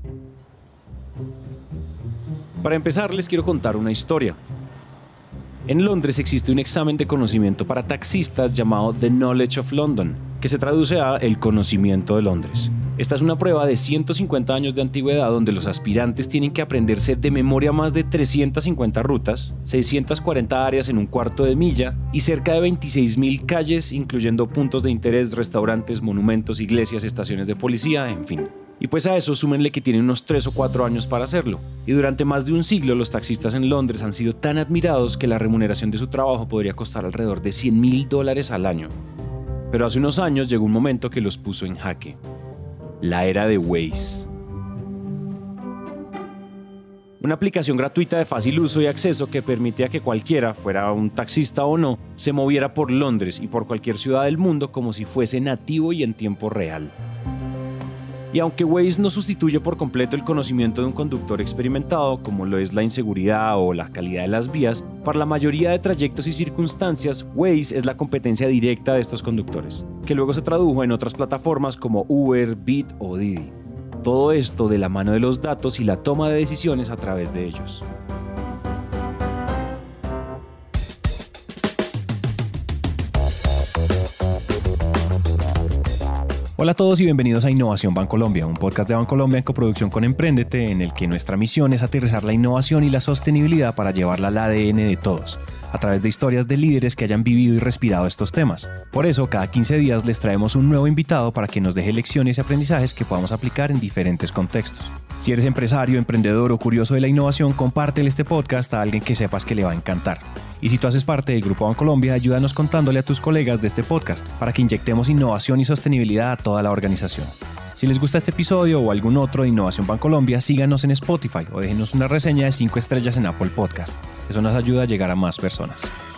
Para empezar, les quiero contar una historia. En Londres existe un examen de conocimiento para taxistas llamado The Knowledge of London, que se traduce a el conocimiento de Londres. Esta es una prueba de 150 años de antigüedad donde los aspirantes tienen que aprenderse de memoria más de 350 rutas, 640 áreas en un cuarto de milla y cerca de 26.000 calles, incluyendo puntos de interés, restaurantes, monumentos, iglesias, estaciones de policía, en fin. Y pues a eso súmenle que tienen unos 3 o 4 años para hacerlo. Y durante más de un siglo los taxistas en Londres han sido tan admirados que la remuneración de su trabajo podría costar alrededor de $100.000 al año. Pero hace unos años llegó un momento que los puso en jaque. La era de Waze. Una aplicación gratuita de fácil uso y acceso que permitía que cualquiera, fuera un taxista o no, se moviera por Londres y por cualquier ciudad del mundo como si fuese nativo y en tiempo real. Y aunque Waze no sustituye por completo el conocimiento de un conductor experimentado, como lo es la inseguridad o la calidad de las vías, para la mayoría de trayectos y circunstancias, Waze es la competencia directa de estos conductores, que luego se tradujo en otras plataformas como Uber, Bit o Didi. Todo esto de la mano de los datos y la toma de decisiones a través de ellos. Hola a todos y bienvenidos a Innovación Bancolombia, un podcast de Bancolombia en coproducción con Emprendete, en el que nuestra misión es aterrizar la innovación y la sostenibilidad para llevarla al ADN de todos, a través de historias de líderes que hayan vivido y respirado estos temas. Por eso, cada 15 días les traemos un nuevo invitado para que nos deje lecciones y aprendizajes que podamos aplicar en diferentes contextos. Si eres empresario, emprendedor o curioso de la innovación, compártele este podcast a alguien que sepas que le va a encantar. Y si tú haces parte del Grupo Bancolombia, ayúdanos contándole a tus colegas de este podcast para que inyectemos innovación y sostenibilidad a toda la organización. Si les gusta este episodio o algún otro de Innovación Bancolombia, síganos en Spotify o déjenos una reseña de 5 estrellas en Apple Podcast. Eso nos ayuda a llegar a más personas.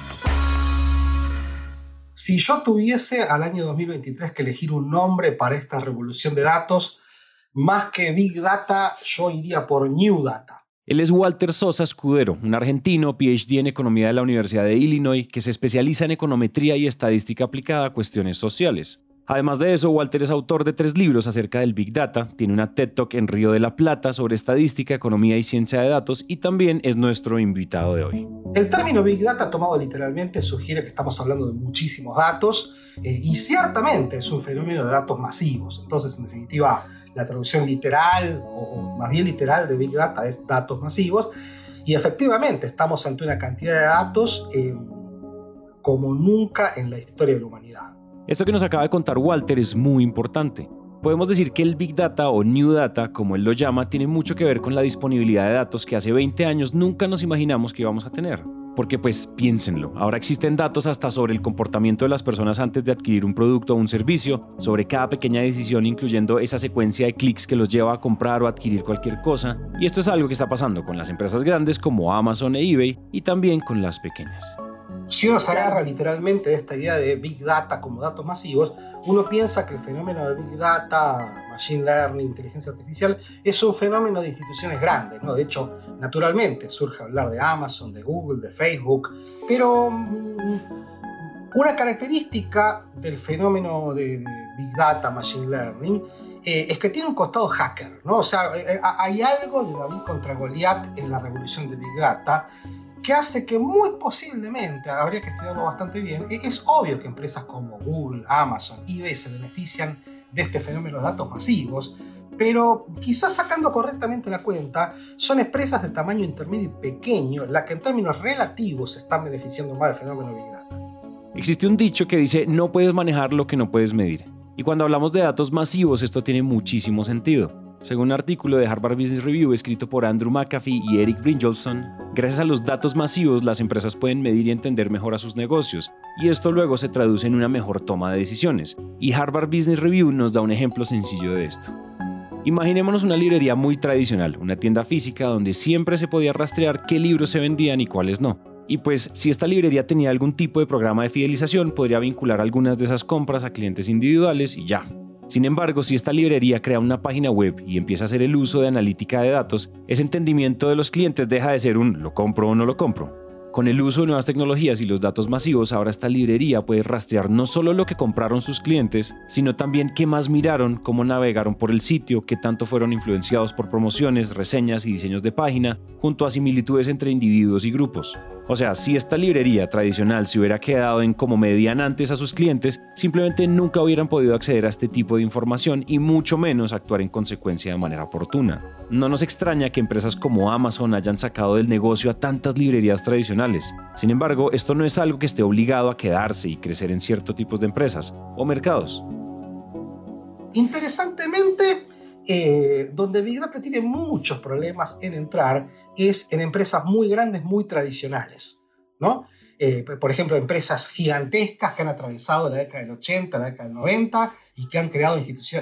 Si yo tuviese al año 2023 que elegir un nombre para esta revolución de datos, más que Big Data, yo iría por New Data. Él es Walter Sosa Escudero, un argentino, PhD en Economía de la Universidad de Illinois, que se especializa en econometría y estadística aplicada a cuestiones sociales. Además de eso, Walter es autor de 3 libros acerca del Big Data, tiene una TED Talk en Río de la Plata sobre estadística, economía y ciencia de datos y también es nuestro invitado de hoy. El término Big Data tomado literalmente sugiere que estamos hablando de muchísimos datos y ciertamente es un fenómeno de datos masivos. Entonces, en definitiva, la traducción literal o más bien literal de Big Data es datos masivos y efectivamente estamos ante una cantidad de datos como nunca en la historia de la humanidad. Esto que nos acaba de contar Walter es muy importante. Podemos decir que el Big Data o New Data, como él lo llama, tiene mucho que ver con la disponibilidad de datos que hace 20 años nunca nos imaginamos que íbamos a tener. Porque pues piénsenlo, ahora existen datos hasta sobre el comportamiento de las personas antes de adquirir un producto o un servicio, sobre cada pequeña decisión incluyendo esa secuencia de clics que los lleva a comprar o adquirir cualquier cosa. Y esto es algo que está pasando con las empresas grandes como Amazon e eBay y también con las pequeñas. Si uno se agarra literalmente de esta idea de Big Data como datos masivos, uno piensa que el fenómeno de Big Data, Machine Learning, inteligencia artificial, es un fenómeno de instituciones grandes, ¿no? De hecho, naturalmente surge hablar de Amazon, de Google, de Facebook, pero una característica del fenómeno de Big Data, Machine Learning, es que tiene un costado hacker, ¿no? O sea, hay algo de David contra Goliat en la revolución de Big Data que hace que muy posiblemente, habría que estudiarlo bastante bien, es obvio que empresas como Google, Amazon, eBay se benefician de este fenómeno de datos masivos, pero quizás sacando correctamente la cuenta, son empresas de tamaño intermedio y pequeño las que en términos relativos se están beneficiando más del fenómeno Big Data. Existe un dicho que dice, no puedes manejar lo que no puedes medir. Y cuando hablamos de datos masivos, esto tiene muchísimo sentido. Según un artículo de Harvard Business Review escrito por Andrew McAfee y Eric Brynjolfsson, gracias a los datos masivos las empresas pueden medir y entender mejor a sus negocios, y esto luego se traduce en una mejor toma de decisiones. Y Harvard Business Review nos da un ejemplo sencillo de esto. Imaginémonos una librería muy tradicional, una tienda física donde siempre se podía rastrear qué libros se vendían y cuáles no. Y pues, si esta librería tenía algún tipo de programa de fidelización, podría vincular algunas de esas compras a clientes individuales y ya. Sin embargo, si esta librería crea una página web y empieza a hacer el uso de analítica de datos, ese entendimiento de los clientes deja de ser un ¿lo compro o no lo compro? Con el uso de nuevas tecnologías y los datos masivos, ahora esta librería puede rastrear no solo lo que compraron sus clientes, sino también qué más miraron, cómo navegaron por el sitio, qué tanto fueron influenciados por promociones, reseñas y diseños de página, junto a similitudes entre individuos y grupos. O sea, si esta librería tradicional se hubiera quedado en cómo medían antes a sus clientes, simplemente nunca hubieran podido acceder a este tipo de información y mucho menos actuar en consecuencia de manera oportuna. No nos extraña que empresas como Amazon hayan sacado del negocio a tantas librerías tradicionales. Sin embargo, esto no es algo que esté obligado a quedarse y crecer en ciertos tipos de empresas o mercados. Interesantemente, donde Big Data tiene muchos problemas en entrar es en empresas muy grandes, muy tradicionales, ¿no? Por ejemplo, empresas gigantescas que han atravesado la década del 80, la década del 90 y que han creado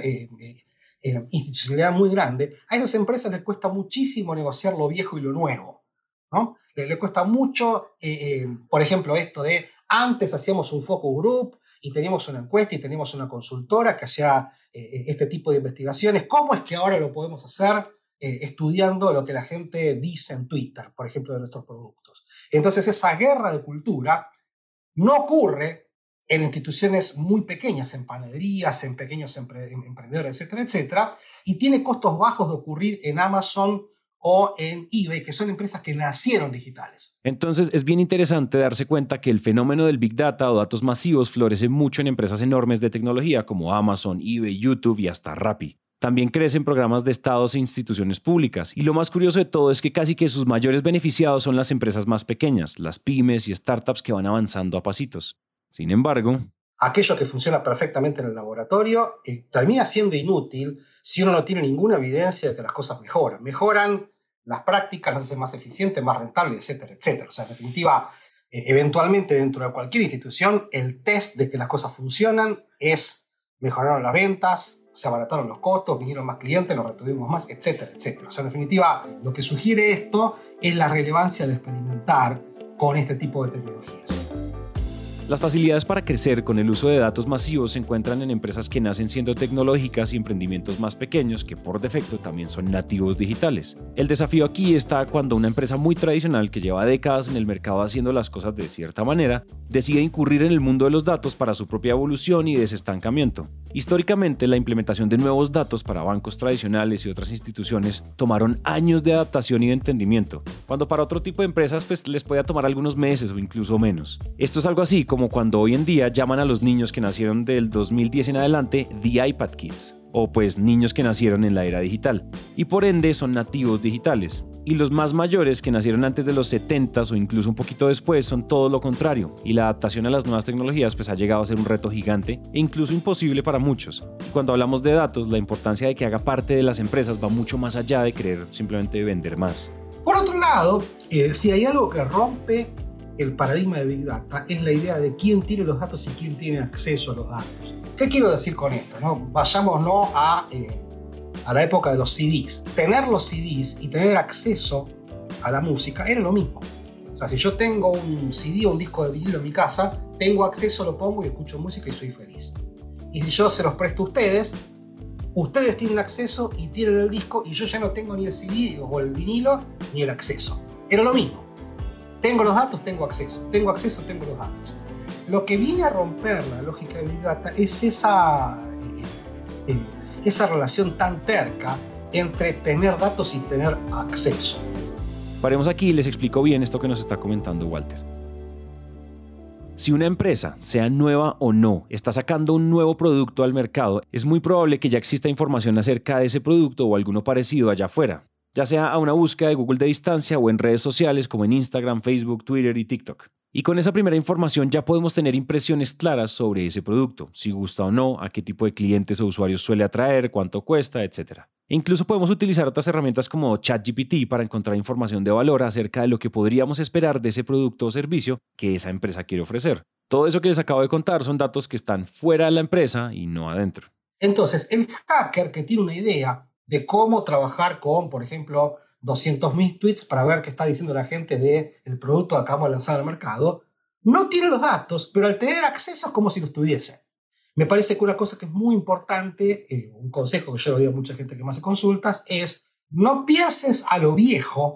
institucionalidad muy grande. A esas empresas les cuesta muchísimo negociar lo viejo y lo nuevo, ¿no? Le cuesta mucho, por ejemplo, esto de antes hacíamos un focus group y teníamos una encuesta y teníamos una consultora que hacía este tipo de investigaciones. ¿Cómo es que ahora lo podemos hacer estudiando lo que la gente dice en Twitter, por ejemplo, de nuestros productos? Entonces, esa guerra de cultura no ocurre en instituciones muy pequeñas, en panaderías, en pequeños emprendedores, etcétera, etcétera, y tiene costos bajos de ocurrir en Amazon o en eBay, que son empresas que nacieron digitales. Entonces es bien interesante darse cuenta que el fenómeno del Big Data o datos masivos florece mucho en empresas enormes de tecnología como Amazon, eBay, YouTube y hasta Rappi. También crecen programas de estados e instituciones públicas, y lo más curioso de todo es que casi que sus mayores beneficiados son las empresas más pequeñas, las pymes y startups que van avanzando a pasitos. Sin embargo, aquello que funciona perfectamente en el laboratorio termina siendo inútil si uno no tiene ninguna evidencia de que las cosas mejoran. Mejoran las prácticas, las hacen más eficientes, más rentables, etcétera, etcétera. O sea, en definitiva, eventualmente dentro de cualquier institución, el test de que las cosas funcionan es mejoraron las ventas, se abarataron los costos, vinieron más clientes, los retuvimos más, etcétera, etcétera. O sea, en definitiva, lo que sugiere esto es la relevancia de experimentar con este tipo de tecnologías. las facilidades para crecer con el uso de datos masivos se encuentran en empresas que nacen siendo tecnológicas y emprendimientos más pequeños que por defecto también son nativos digitales. El desafío aquí está cuando una empresa muy tradicional que lleva décadas en el mercado haciendo las cosas de cierta manera, decide incurrir en el mundo de los datos para su propia evolución y desestancamiento. Históricamente, la implementación de nuevos datos para bancos tradicionales y otras instituciones tomaron años de adaptación y de entendimiento, cuando para otro tipo de empresas les podía tomar algunos meses o incluso menos. Esto es algo así como cuando hoy en día llaman a los niños que nacieron del 2010 en adelante The iPad Kids, o pues niños que nacieron en la era digital, y por ende son nativos digitales. Y los más mayores que nacieron antes de los 70s o incluso un poquito después son todo lo contrario, y la adaptación a las nuevas tecnologías pues ha llegado a ser un reto gigante e incluso imposible para muchos. Y cuando hablamos de datos, la importancia de que haga parte de las empresas va mucho más allá de querer simplemente vender más. Por otro lado, si hay algo que rompe el paradigma de Big Data es la idea de quién tiene los datos y quién tiene acceso a los datos. ¿Qué quiero decir con esto? Vayámonos a la época de los CDs. Tener los CDs y tener acceso a la música era lo mismo. O sea, si yo tengo un CD o un disco de vinilo en mi casa, tengo acceso, lo pongo y escucho música y soy feliz. Y si yo se los presto a ustedes, ustedes tienen acceso y tienen el disco y yo ya no tengo ni el CD o el vinilo ni el acceso. Era lo mismo. Tengo los datos, tengo acceso. Tengo acceso, tengo los datos. Lo que viene a romper la lógica de Big Data es esa relación tan terca entre tener datos y tener acceso. Paremos aquí y les explico bien esto que nos está comentando Walter. Si una empresa, sea nueva o no, está sacando un nuevo producto al mercado, es muy probable que ya exista información acerca de ese producto o alguno parecido allá afuera, ya sea a una búsqueda de Google de distancia o en redes sociales como en Instagram, Facebook, Twitter y TikTok. Y con esa primera información ya podemos tener impresiones claras sobre ese producto, si gusta o no, a qué tipo de clientes o usuarios suele atraer, cuánto cuesta, etc. E incluso podemos utilizar otras herramientas como ChatGPT para encontrar información de valor acerca de lo que podríamos esperar de ese producto o servicio que esa empresa quiere ofrecer. Todo eso que les acabo de contar son datos que están fuera de la empresa y no adentro. Entonces, el hacker que tiene una idea de cómo trabajar con, por ejemplo, 200.000 tweets para ver qué está diciendo la gente del producto que acabamos de lanzar al mercado, no tiene los datos, pero al tener acceso es como si los tuviese. Me parece que una cosa que es muy importante, un consejo que yo le doy a mucha gente que me hace consultas, es no pienses a lo viejo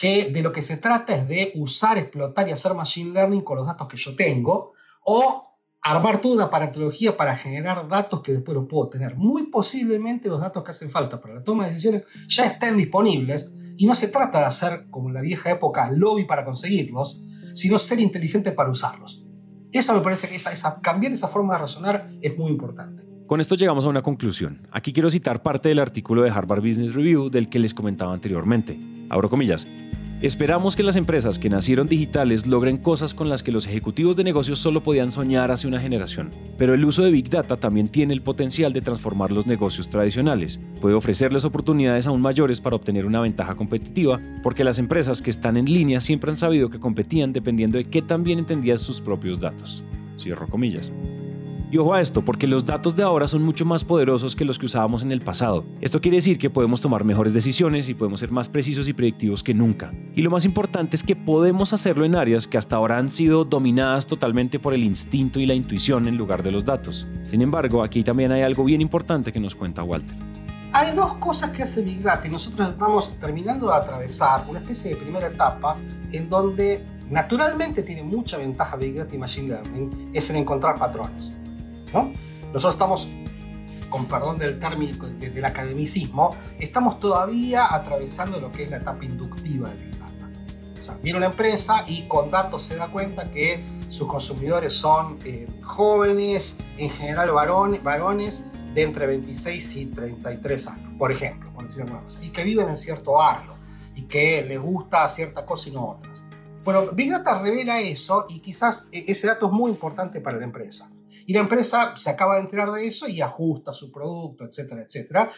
que de lo que se trata es de usar, explotar y hacer machine learning con los datos que yo tengo, o armar toda una aparatología para generar datos que después los puedo tener. Muy posiblemente los datos que hacen falta para la toma de decisiones ya estén disponibles, y no se trata de hacer, como en la vieja época, lobby para conseguirlos, sino ser inteligente para usarlos. Eso me parece que cambiar esa forma de razonar es muy importante. Con esto llegamos a una conclusión. Aquí quiero citar parte del artículo de Harvard Business Review del que les comentaba anteriormente. Abro comillas. Esperamos que las empresas que nacieron digitales logren cosas con las que los ejecutivos de negocios solo podían soñar hace una generación. Pero el uso de Big Data también tiene el potencial de transformar los negocios tradicionales. Puede ofrecerles oportunidades aún mayores para obtener una ventaja competitiva, porque las empresas que están en línea siempre han sabido que competían dependiendo de qué tan bien entendían sus propios datos. Cierro comillas. Y ojo a esto, porque los datos de ahora son mucho más poderosos que los que usábamos en el pasado. Esto quiere decir que podemos tomar mejores decisiones y podemos ser más precisos y predictivos que nunca. Y lo más importante es que podemos hacerlo en áreas que hasta ahora han sido dominadas totalmente por el instinto y la intuición en lugar de los datos. Sin embargo, aquí también hay algo bien importante que nos cuenta Walter. Hay dos cosas que hace Big Data y nosotros estamos terminando de atravesar una especie de primera etapa en donde naturalmente tiene mucha ventaja Big Data y Machine Learning, es en encontrar patrones, ¿no? Nosotros estamos, con perdón del término del academicismo, estamos todavía atravesando lo que es la etapa inductiva de Big Data. O sea, viene una empresa y con datos se da cuenta que sus consumidores son jóvenes, en general varones de entre 26 y 33 años, por ejemplo, por decir alguna cosa, y que viven en cierto barrio y que les gusta cierta cosa y no otras. Bueno, Big Data revela eso y quizás ese dato es muy importante para la empresa. Y la empresa se acaba de enterar de eso y ajusta su producto, etcétera, etcétera.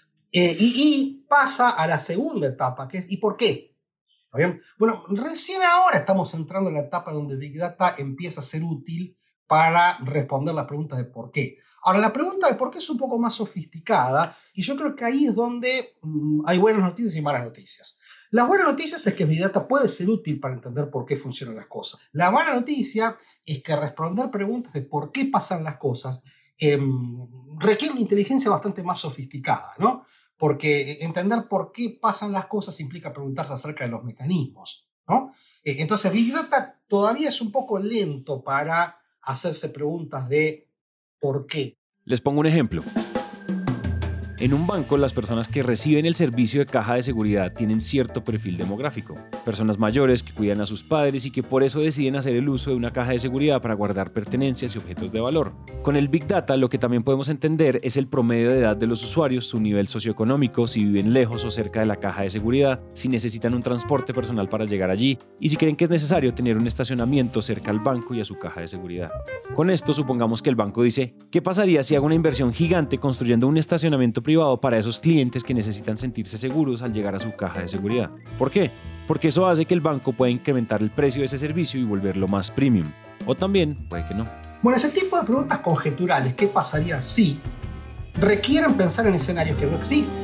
Y pasa a la segunda etapa, que es ¿y por qué? ¿Está bien? Bueno, recién ahora estamos entrando en la etapa donde Big Data empieza a ser útil para responder las preguntas de por qué. Ahora, la pregunta de por qué es un poco más sofisticada y yo creo que ahí es donde hay buenas noticias y malas noticias. Las buenas noticias es que Big Data puede ser útil para entender por qué funcionan las cosas. La mala noticia es que responder preguntas de por qué pasan las cosas requiere una inteligencia bastante más sofisticada, ¿no? Porque entender por qué pasan las cosas implica preguntarse acerca de los mecanismos, ¿no? Entonces, Big Data todavía es un poco lento para hacerse preguntas de por qué. Les pongo un ejemplo. En un banco, las personas que reciben el servicio de caja de seguridad tienen cierto perfil demográfico. Personas mayores que cuidan a sus padres y que por eso deciden hacer el uso de una caja de seguridad para guardar pertenencias y objetos de valor. Con el Big Data, lo que también podemos entender es el promedio de edad de los usuarios, su nivel socioeconómico, si viven lejos o cerca de la caja de seguridad, si necesitan un transporte personal para llegar allí y si creen que es necesario tener un estacionamiento cerca al banco y a su caja de seguridad. Con esto, supongamos que el banco dice, ¿qué pasaría si hago una inversión gigante construyendo un estacionamiento privado para esos clientes que necesitan sentirse seguros al llegar a su caja de seguridad? ¿Por qué? Porque eso hace que el banco pueda incrementar el precio de ese servicio y volverlo más premium. O también puede que no. Bueno, ese tipo de preguntas conjeturales, ¿qué pasaría si?, requieren pensar en escenarios que no existen.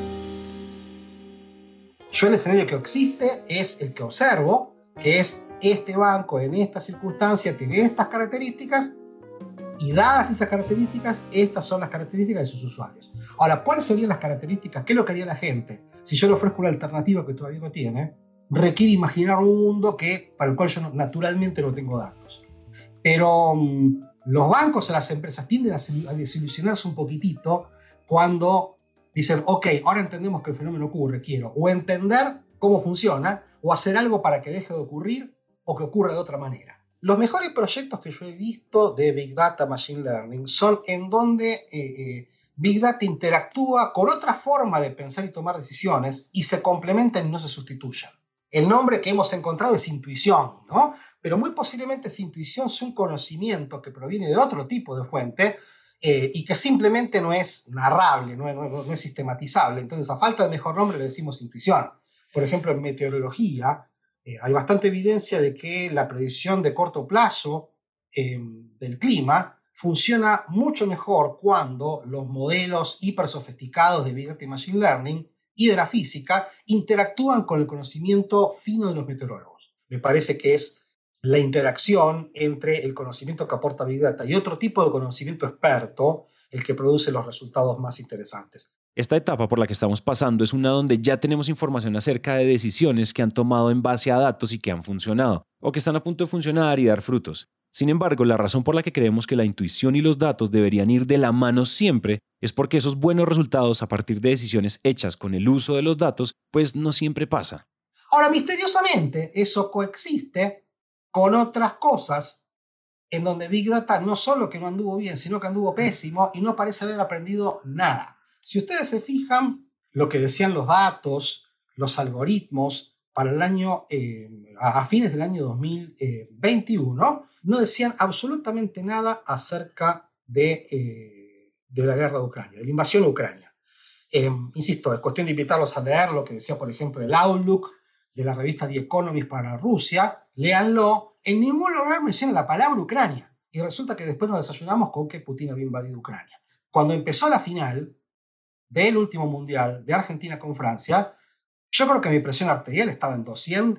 Yo el escenario que existe es el que observo, que es este banco en esta circunstancia tiene estas características y dadas esas características, estas son las características de sus usuarios. Ahora, ¿cuáles serían las características? ¿Qué es lo que haría la gente? Si yo le ofrezco una alternativa que todavía no tiene, requiere imaginar un mundo para el cual yo naturalmente no tengo datos. Pero los bancos o las empresas tienden a desilusionarse un poquitito cuando dicen, ok, ahora entendemos que el fenómeno ocurre, quiero o entender cómo funciona o hacer algo para que deje de ocurrir o que ocurra de otra manera. Los mejores proyectos que yo he visto de Big Data Machine Learning son en donde Big Data interactúa con otra forma de pensar y tomar decisiones y se complementan y no se sustituyen. El nombre que hemos encontrado es intuición, ¿no? Pero muy posiblemente esa intuición es un conocimiento que proviene de otro tipo de fuente y que simplemente no es narrable, no es sistematizable. Entonces, a falta de mejor nombre le decimos intuición. Por ejemplo, en meteorología, hay bastante evidencia de que la predicción de corto plazo del clima funciona mucho mejor cuando los modelos hiper sofisticados de Big Data y Machine Learning y de la física interactúan con el conocimiento fino de los meteorólogos. Me parece que es la interacción entre el conocimiento que aporta Big Data y otro tipo de conocimiento experto el que produce los resultados más interesantes. Esta etapa por la que estamos pasando es una donde ya tenemos información acerca de decisiones que han tomado en base a datos y que han funcionado, o que están a punto de funcionar y dar frutos. Sin embargo, la razón por la que creemos que la intuición y los datos deberían ir de la mano siempre es porque esos buenos resultados a partir de decisiones hechas con el uso de los datos, pues no siempre pasa. Ahora, misteriosamente, eso coexiste con otras cosas en donde Big Data no solo que no anduvo bien, sino que anduvo pésimo y no parece haber aprendido nada. Si ustedes se fijan, lo que decían los datos, los algoritmos, para el año, a fines del año 2021, no decían absolutamente nada acerca de la guerra de Ucrania, de la invasión a Ucrania. Insisto, es cuestión de invitarlos a leer lo que decía, por ejemplo, el Outlook de la revista The Economist para Rusia. Léanlo. En ningún lugar menciona la palabra Ucrania. Y resulta que después nos desayunamos con que Putin había invadido Ucrania. Cuando empezó la final del último mundial de Argentina con Francia, yo creo que mi presión arterial estaba en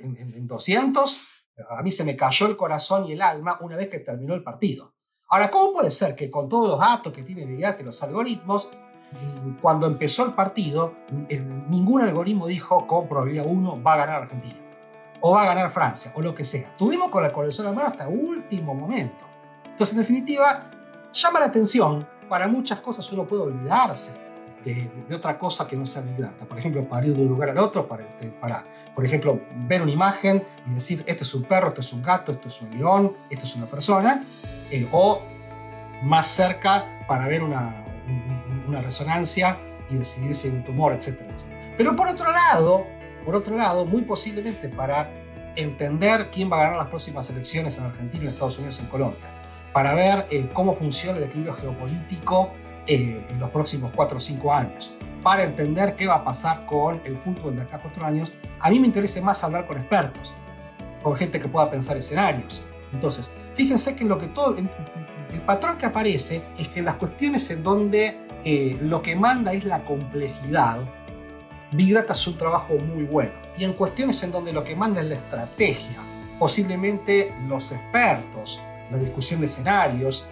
200. A mí se me cayó el corazón y el alma una vez que terminó el partido. Ahora, ¿cómo puede ser que con todos los datos que tiene Big Data y los algoritmos, cuando empezó el partido, ningún algoritmo dijo con probabilidad 1 va a ganar Argentina, o va a ganar Francia, o lo que sea? Tuvimos con la colección a mano hasta último momento. Entonces, en definitiva, llama la atención. Para muchas cosas uno puede olvidarse de otra cosa que no sea Big Data. Por ejemplo, para ir de un lugar al otro, para por ejemplo, ver una imagen y decir, este es un perro, este es un gato, esto es un león, esto es una persona, o más cerca para ver una resonancia y decidir si hay un tumor, etcétera, etcétera. Pero por otro lado, muy posiblemente para entender quién va a ganar las próximas elecciones en Argentina, en Estados Unidos y en Colombia, para ver cómo funciona el equilibrio geopolítico en los próximos 4 o 5 años, para entender qué va a pasar con el fútbol de acá a 4 años, a mí me interesa más hablar con expertos, con gente que pueda pensar escenarios. Entonces, fíjense que el patrón que aparece es que en las cuestiones en donde lo que manda es la complejidad, Big Data es un trabajo muy bueno. Y en cuestiones en donde lo que manda es la estrategia, posiblemente los expertos, la discusión de escenarios,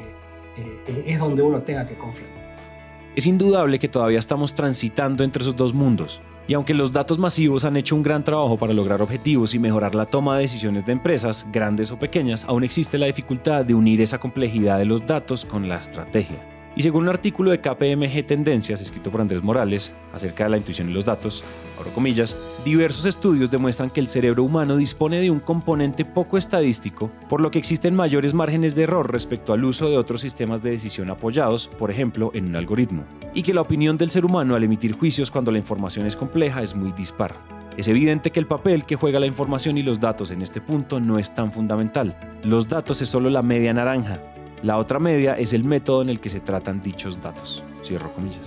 es donde uno tenga que confiar. Es indudable que todavía estamos transitando entre esos dos mundos. Y aunque los datos masivos han hecho un gran trabajo para lograr objetivos y mejorar la toma de decisiones de empresas, grandes o pequeñas, aún existe la dificultad de unir esa complejidad de los datos con la estrategia. Y según un artículo de KPMG Tendencias, escrito por Andrés Morales, acerca de la intuición y los datos, abro comillas, diversos estudios demuestran que el cerebro humano dispone de un componente poco estadístico, por lo que existen mayores márgenes de error respecto al uso de otros sistemas de decisión apoyados, por ejemplo, en un algoritmo, y que la opinión del ser humano al emitir juicios cuando la información es compleja es muy dispar. Es evidente que el papel que juega la información y los datos en este punto no es tan fundamental. Los datos es solo la media naranja. La otra media es el método en el que se tratan dichos datos. Cierro comillas.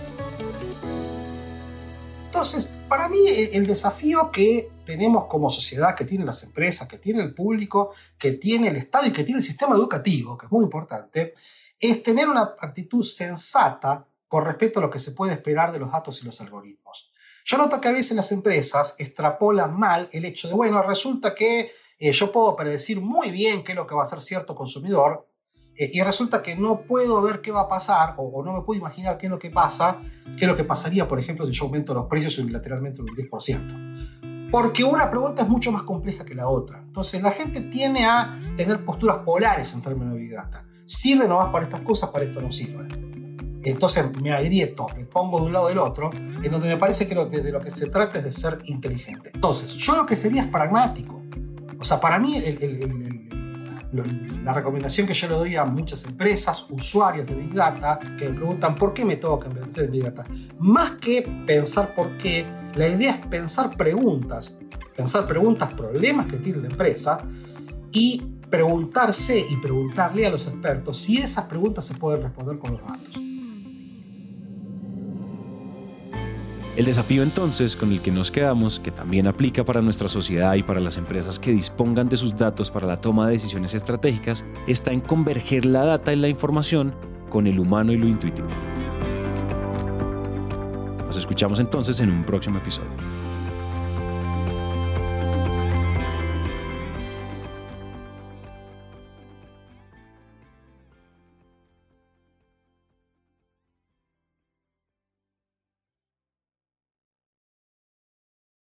Entonces, para mí el desafío que tenemos como sociedad, que tienen las empresas, que tiene el público, que tiene el Estado y que tiene el sistema educativo, que es muy importante, es tener una actitud sensata con respecto a lo que se puede esperar de los datos y los algoritmos. Yo noto que a veces las empresas extrapolan mal el hecho de, bueno, resulta que yo puedo predecir muy bien qué es lo que va a ser cierto consumidor, y resulta que no puedo ver qué va a pasar o no me puedo imaginar qué es lo que pasa, qué es lo que pasaría, por ejemplo, si yo aumento los precios unilateralmente un 10%. Porque una pregunta es mucho más compleja que la otra. Entonces la gente tiende a tener posturas polares en términos de Big Data. Sirve nomás para estas cosas, para esto no sirve. Entonces me agrieto, me pongo de un lado del otro, en donde me parece que de lo que se trata es de ser inteligente. Entonces, yo lo que sería es pragmático. O sea, para mí la recomendación que yo le doy a muchas empresas, usuarios de Big Data, que me preguntan por qué me tengo que meter en Big Data, más que pensar por qué, la idea es pensar preguntas, problemas que tiene la empresa, y preguntarse y preguntarle a los expertos si esas preguntas se pueden responder con los datos. El desafío entonces con el que nos quedamos, que también aplica para nuestra sociedad y para las empresas que dispongan de sus datos para la toma de decisiones estratégicas, está en converger la data y la información con el humano y lo intuitivo. Nos escuchamos entonces en un próximo episodio.